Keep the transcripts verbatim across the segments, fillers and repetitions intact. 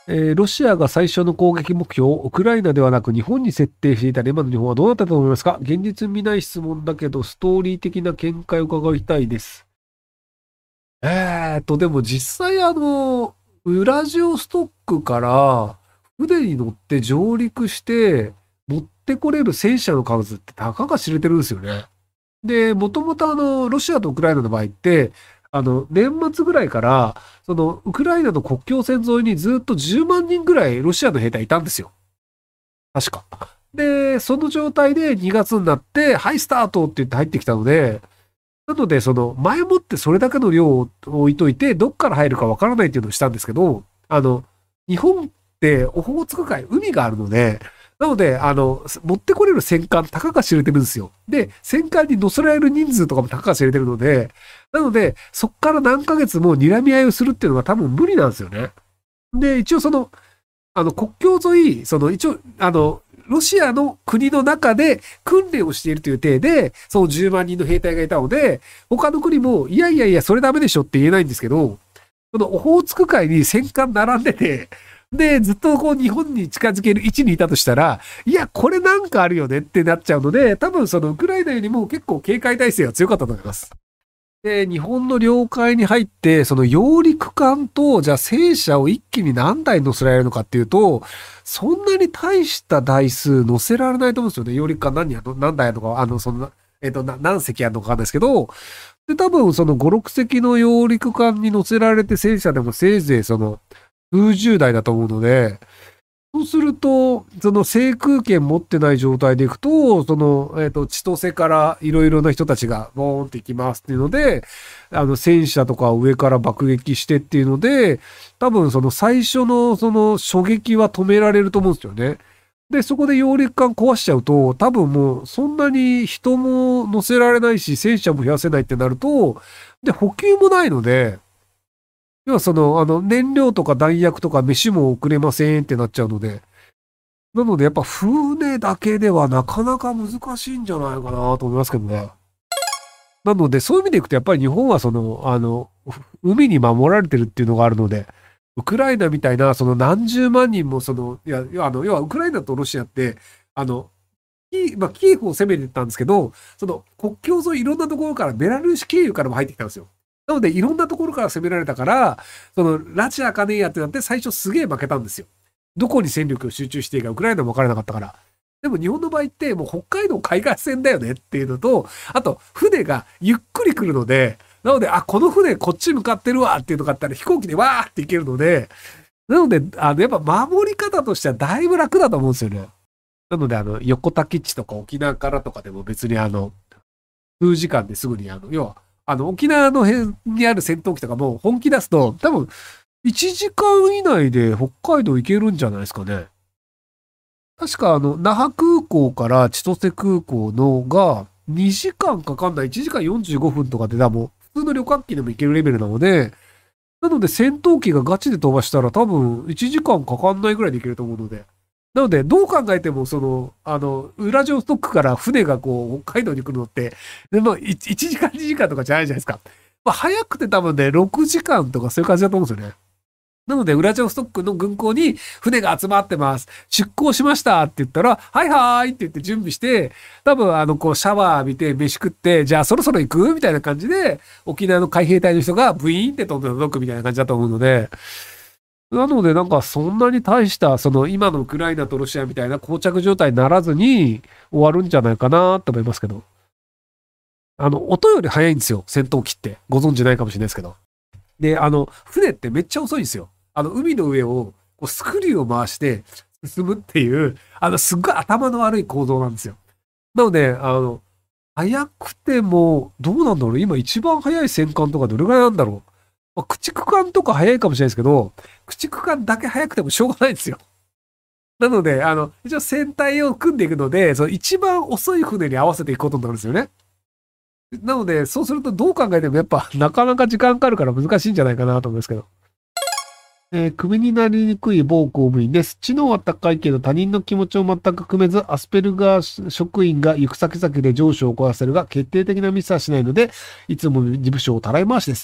えーロシアが最初の攻撃目標をウクライナではなく日本に設定していたら今の日本はどうなったと思いますか？現実見ない質問だけど、ストーリー的な見解を伺いたいです。えーと、でも実際あの、ウラジオストックから船に乗って上陸して持ってこれる戦車の数ってたかが知れてるんですよね。で、もともとあの、ロシアとウクライナの場合って、あの、年末ぐらいから、その、ウクライナの国境線沿いにずっとじゅうまん人ぐらいロシアの兵隊いたんですよ。確か。で、その状態でにがつになって、はい、スタートって言って入ってきたので、なので、その、前もってそれだけの量を置いといて、どっから入るかわからないっていうのをしたんですけど、あの、日本ってオホーツク海、海があるので、なので、あの、持ってこれる戦艦、たかが知れてるんですよ。で、戦艦に乗せられる人数とかもたかが知れてるので、なので、そっから何ヶ月も睨み合いをするっていうのが多分無理なんですよね。で、一応その、あの、国境沿い、その、一応、あの、ロシアの国の中で訓練をしているという体で、そのじゅうまん人の兵隊がいたので、他の国も、いやいやいや、それダメでしょって言えないんですけど、そのオホーツク海に戦艦並んでて、で、ずっとこう日本に近づける位置にいたとしたら、いや、これなんかあるよねってなっちゃうので、多分そのウクライナよりも結構警戒態勢が強かったと思います。で、日本の領海に入って、その揚陸艦と、じゃあ戦車を一気に何台乗せられるのかっていうと、そんなに大した台数乗せられないと思うんですよね。揚陸艦何やの、何台あるのか、あの、そんな、えっと、な何隻あるのかわかんないですけど、で、多分そのご、ろく隻の揚陸艦に乗せられて戦車でもせいぜいその、数十台だと思うので、そうすると、その制空権持ってない状態でいくと、その、えっ、と、千歳からいろいろな人たちがボーンって行きますっていうので、あの、戦車とかを上から爆撃してっていうので、多分その最初のその初撃は止められると思うんですよね。で、そこで揚陸艦壊しちゃうと、多分もうそんなに人も乗せられないし、戦車も増やせないってなると、で、補給もないので、要はその、あの、燃料とか弾薬とか飯も送れませんってなっちゃうので、なのでやっぱ船だけではなかなか難しいんじゃないかなと思いますけどね。なのでそういう意味でいくとやっぱり日本はその、あの、海に守られてるっていうのがあるので、ウクライナみたいなその何十万人もその、いや、要はあの、要はウクライナとロシアって、あの、キーまあ、キエフを攻めてたんですけど、その国境沿いいろんなところからベラルーシ経由からも入ってきたんですよ。なのでいろんなところから攻められたから、その拉致あかねえやってなって最初すげえ負けたんですよ。どこに戦力を集中していいかウクライナも分からなかったから。でも日本の場合ってもう北海道海岸線だよねっていうのと、あと船がゆっくり来るので、なので、あ、この船こっち向かってるわっていうのがあったら飛行機でわーって行けるので、なので、あの、やっぱ守り方としてはだいぶ楽だと思うんですよね。なので、あの、横田基地とか沖縄からとかでも別にあの、数時間ですぐにあの、要は、あの、沖縄の辺にある戦闘機とかも本気出すと、多分、いちじかん以内で北海道行けるんじゃないですかね。確かあの、那覇空港から千歳空港のがにじかんかかんない、いちじかんよんじゅうごふんとかで、だもう普通の旅客機でも行けるレベルなので、なので戦闘機がガチで飛ばしたら多分いちじかんかかんないぐらいで行けると思うので。なので、どう考えても、その、あの、ウラジオストックから船がこう、北海道に来るのって、で、まあ、いちじかん、にじかんとかじゃないじゃないですか。まあ、早くて多分ね、ろくじかんとかそういう感じだと思うんですよね。なので、ウラジオストックの軍港に船が集まってます。出港しましたって言ったら、はいはーいって言って準備して、多分、あの、こう、シャワー浴びて、飯食って、じゃあそろそろ行くみたいな感じで、沖縄の海兵隊の人がブイーンって飛んで届くみたいな感じだと思うので、なので、なんかそんなに大した、その今のウクライナとロシアみたいな膠着状態にならずに終わるんじゃないかなと思いますけど。あの、音より速いんですよ、戦闘機って。ご存知ないかもしれないですけど。で、あの、船ってめっちゃ遅いんですよ。あの、海の上をこうスクリューを回して進むっていう、あの、すっごい頭の悪い構造なんですよ。なので、あの、速くても、どうなんだろう今一番速い戦艦とかどれぐらいなんだろう、まあ、駆逐艦とか速いかもしれないですけど、駆逐艦だけ速くてもしょうがないんですよ。なので、あの、一応船体を組んでいくので、その一番遅い船に合わせていくことになるんですよね。なので、そうするとどう考えてもやっぱなかなか時間かかるから難しいんじゃないかなと思うんですけど。えー、クビになりにくい某公務員です。知能は高いけど他人の気持ちを全く汲めず、アスペルガー職員が行く先々で上司を怒らせるが、決定的なミスはしないので、いつも事務所をたらい回しです。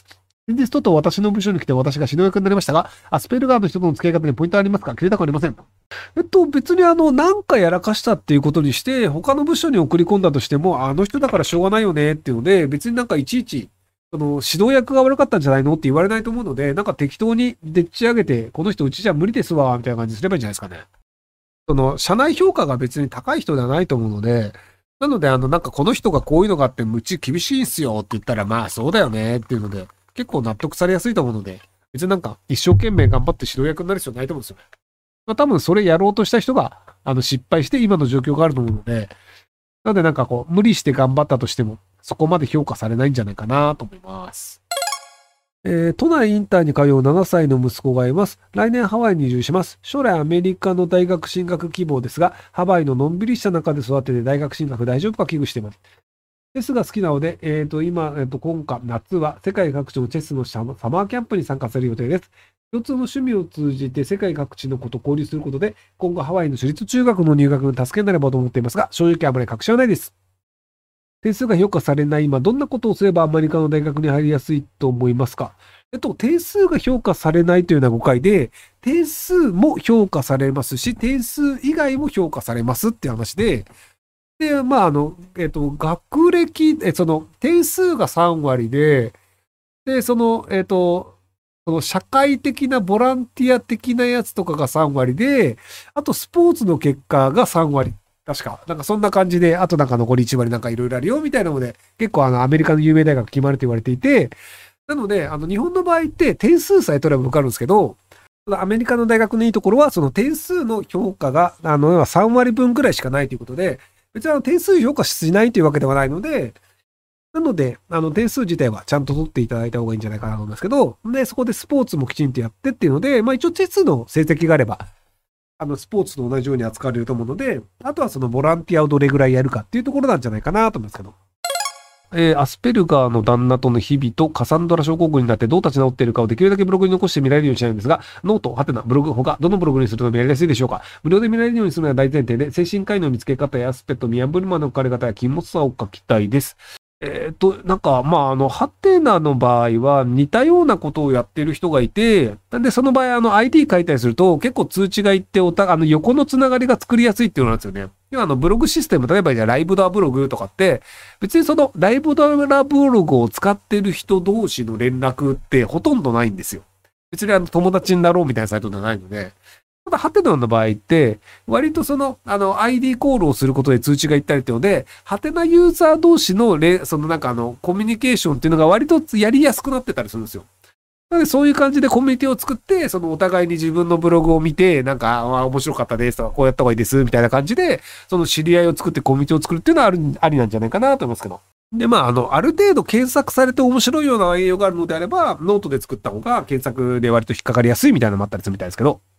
先日とうとう私の部署に来て私が指導役になりましたが、アスペルガーの人との付き合い方にポイントありますか？切れたくありません。えっと、別にあの、なんかやらかしたっていうことにして、他の部署に送り込んだとしても、あの人だからしょうがないよねっていうので、別になんかいちいち、その、指導役が悪かったんじゃないのって言われないと思うので、なんか適当にでっち上げて、この人うちじゃ無理ですわ、みたいな感じにすればいいんじゃないですかね。その、社内評価が別に高い人ではないと思うので、なので、あの、なんかこの人がこういうのがあって、うち厳しいんすよって言ったら、まあそうだよねっていうので、結構納得されやすいと思うので、別になんか一生懸命頑張って指導役になる必要ないと思うんですよ。まあ多分それやろうとした人が、あの、失敗して今の状況があると思うので、なのでなんかこう、無理して頑張ったとしても、そこまで評価されないんじゃないかなと思います。えー都内インターに通うななさいの息子がいます。来年ハワイに移住します。将来アメリカの大学進学希望ですが、ハワイののんびりした中で育てて大学進学大丈夫か危惧しています。チェスが好きなので、えっと、今、えっと、今夏、夏は世界各地のチェスのサマサマーキャンプに参加する予定です。共通の趣味を通じて世界各地のことを交流することで、今後ハワイの私立中学の入学の助けになればと思っていますが、正直あまり確信はないです。点数が評価されない今、どんなことをすればアメリカの大学に入りやすいと思いますか？えっと、点数が評価されないというような誤解で、点数も評価されますし、点数以外も評価されますっていう話で、で、まあ、あの、えっと、学歴、え、その、点数がさん割で、で、その、えっと、その社会的なボランティア的なやつとかがさん割で、あとスポーツの結果がさん割。確か。なんかそんな感じで、あとなんか残りいち割なんかいろいろあるよみたいなので、結構あのアメリカの有名大学決まると言われていて、なので、あの日本の場合って点数さえ取れば受かるんですけど、アメリカの大学のいいところは、その点数の評価が、あの、要はさん割分くらいしかないということで、別にあの点数評価しないというわけではないので、なので、あの点数自体はちゃんと取っていただいた方がいいんじゃないかなと思うんですけど、で、そこでスポーツもきちんとやってっていうので、まあ一応チェスの成績があれば、あのスポーツと同じように扱われると思うので、あとはそのボランティアをどれぐらいやるかっていうところなんじゃないかなと思うんですけど。えーアスペルガーの旦那との日々とカサンドラ症候群になってどう立ち直っているかをできるだけブログに残して見られるようにしたいんですが、ノート、ハテナ、ブログ、他、どのブログにすると見られやすいでしょうか？無料で見られるようにするのは大前提で、精神科医の見つけ方やアスペット、見破るまでの書かれ方や禁物さを書きたいです。えっと、なんか、まあ、あの、ハテナの場合は似たようなことをやってる人がいて、なんでその場合、あの、アイディー 書いたりすると、結構通知がいって、おた、あの、横のつながりが作りやすいっていうのなんですよね。要は、あの、ブログシステム、例えばじゃあライブドアブログとかって、別にその、ライブドアブログを使ってる人同士の連絡ってほとんどないんですよ。別にあの、友達になろうみたいなサイトではないので、ただ、ハテナの場合って、割とその、あの、アイディー コールをすることで通知がいったりっていうので、ハテナユーザー同士のレ、そのなんかあの、コミュニケーションっていうのが割とやりやすくなってたりするんですよ。なので、そういう感じでコミュニティを作って、そのお互いに自分のブログを見て、なんか、ああ、面白かったですとか、こうやった方がいいです、みたいな感じで、その知り合いを作ってコミュニティを作るっていうのはある、ありなんじゃないかなと思いますけど。で、まあ、あの、ある程度検索されて面白いような内容があるのであれば、ノートで作った方が検索で割と引っかかりやすいみたいなのもあったりするみたいですけど、